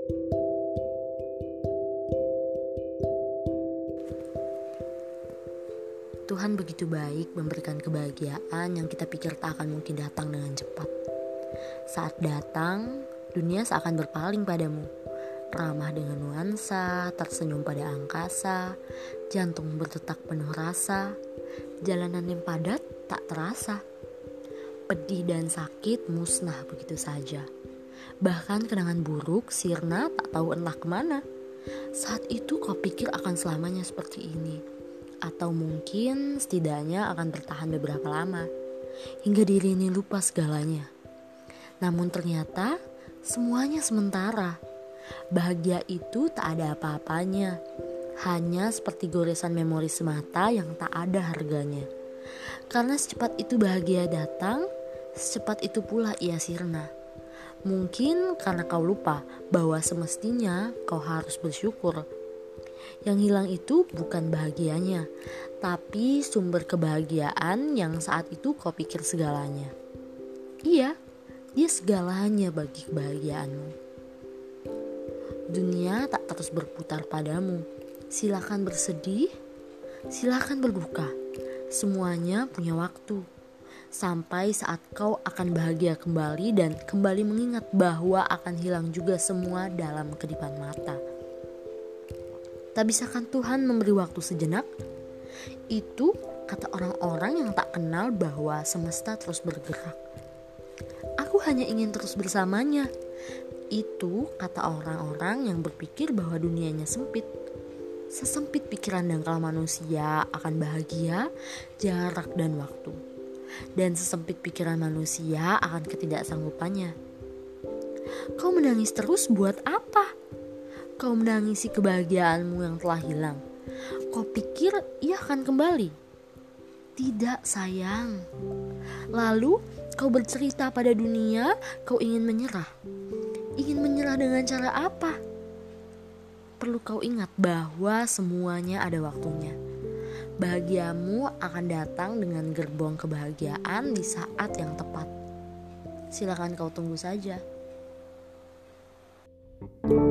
Tuhan begitu baik memberikan kebahagiaan yang kita pikir tak akan mungkin datang dengan cepat. Saat datang, dunia seakan berpaling padamu. Ramah dengan nuansa, tersenyum pada angkasa, jantung berdetak penuh rasa, jalanan yang padat tak terasa. Pedih dan sakit musnah begitu saja. Bahkan kenangan buruk sirna tak tahu entah kemana. Saat itu kau pikir akan selamanya seperti ini. Atau mungkin setidaknya akan bertahan beberapa lama, hingga diri ini lupa segalanya. Namun ternyata semuanya sementara. Bahagia itu tak ada apa-apanya, hanya seperti goresan memori semata yang tak ada harganya. Karena secepat itu bahagia datang, secepat itu pula ia sirna. Mungkin karena kau lupa bahwa semestinya kau harus bersyukur. Yang hilang itu bukan bahagianya, tapi sumber kebahagiaan yang saat itu kau pikir segalanya. Iya, dia segalanya bagi kebahagiaanmu. Dunia tak terus berputar padamu. Silakan bersedih, silakan berduka. Semuanya punya waktu. Sampai saat kau akan bahagia kembali dan kembali mengingat bahwa akan hilang juga semua dalam kedipan mata. Tak bisakah Tuhan memberi waktu sejenak? Itu kata orang-orang yang tak kenal bahwa semesta terus bergerak. Aku hanya ingin terus bersamanya. Itu kata orang-orang yang berpikir bahwa dunianya sempit. Sesempit pikiran dangkal manusia akan bahagia, jarak dan waktu. Dan sesempit pikiran manusia akan ketidaksanggupannya. Kau menangis terus buat apa? Kau menangisi kebahagiaanmu yang telah hilang. Kau pikir ia akan kembali? Tidak sayang. Lalu kau bercerita pada dunia kau ingin menyerah. Ingin menyerah dengan cara apa? Perlu kau ingat bahwa semuanya ada waktunya. Bahagiamu akan datang dengan gerbong kebahagiaan di saat yang tepat. Silakan kau tunggu saja.